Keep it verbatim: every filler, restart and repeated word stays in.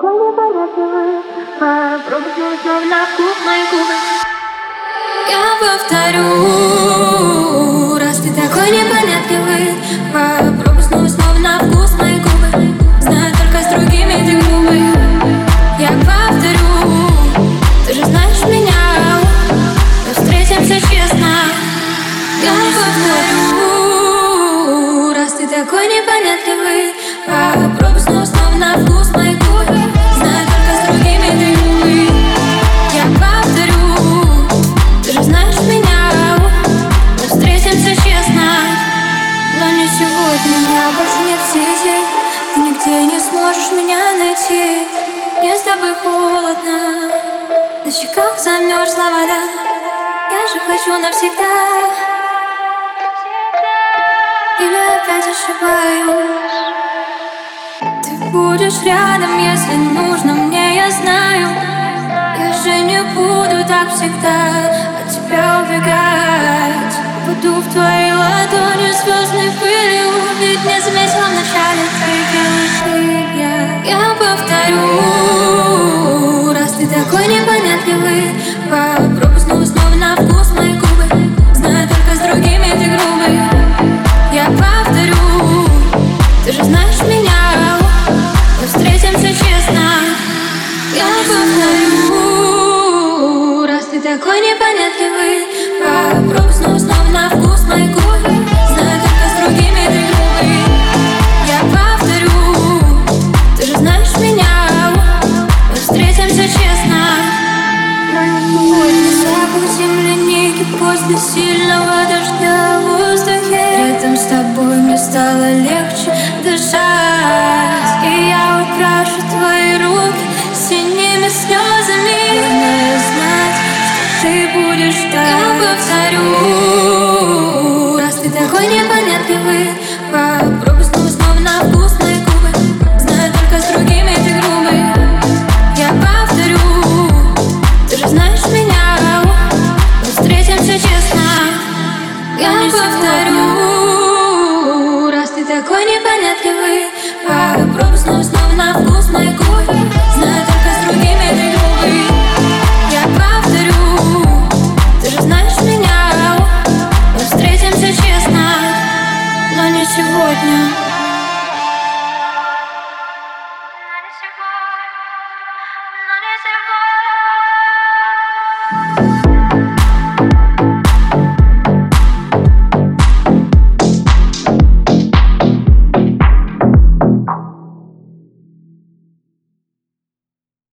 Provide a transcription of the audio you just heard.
такой непонятливый, попробуй снова на вкус мои губы. Я повторю, раз ты такой непонятливый, попробуй снова, снова на вкус мои губы. Знаю, только с другими ты грубый. Я повторю, ты же знаешь меня, мы встретимся честно. Я повторю, раз ты такой непонятливый, попробуй снова, снова на вкус мои губы. Знаю, только с другими ты грубый. Я повторю, ты же знаешь меня, мы встретимся честно. Но не сегодня, меня больше нет в сети. Ты нигде не сможешь меня найти. Мне с тобой холодно, на щеках замерзла вода. Я же хочу навсегда. Или опять ошибаюсь? Ты будешь рядом, если нужно мне, я знаю. Я же не буду так всегда от тебя убегать. Буду в твоей ладони звездной пылью, ведь не заметила вначале твоих я. Я повторю, раз ты такой непонятливый, попробуй снова, снова на вкус мои губы. Знаю, только с другими ты грубый. Я повторю, ты же знаешь меня, мы встретимся честно. Я повторю, раз ты такой непонятливый, попробуй снова, снова на вкус мои губы. Знаю, только с другими ты грубый. Я повторю, ты же знаешь меня, мы встретимся честно. Но не сегодня. Запах земляники после сильного дождя в воздухе. Рядом с тобой мне стало легче дышать. И я украшу твои руки синими слезами. Главное знать, что ты будешь ждать. Я повторю, раз ты такой непонятливый, попробуй снова, снова на вкус мои губы. Знаю, только с другими ты грубый. Я повторю, ты же знаешь меня, мы встретимся честно. Я не повторю, раз ты такой непонятливый, попробуй снова, снова на вкус мои губы. Знаю, только с другими ты грубый. Я повторю, ты же знаешь меня, мы встретимся честно. Но не сегодня.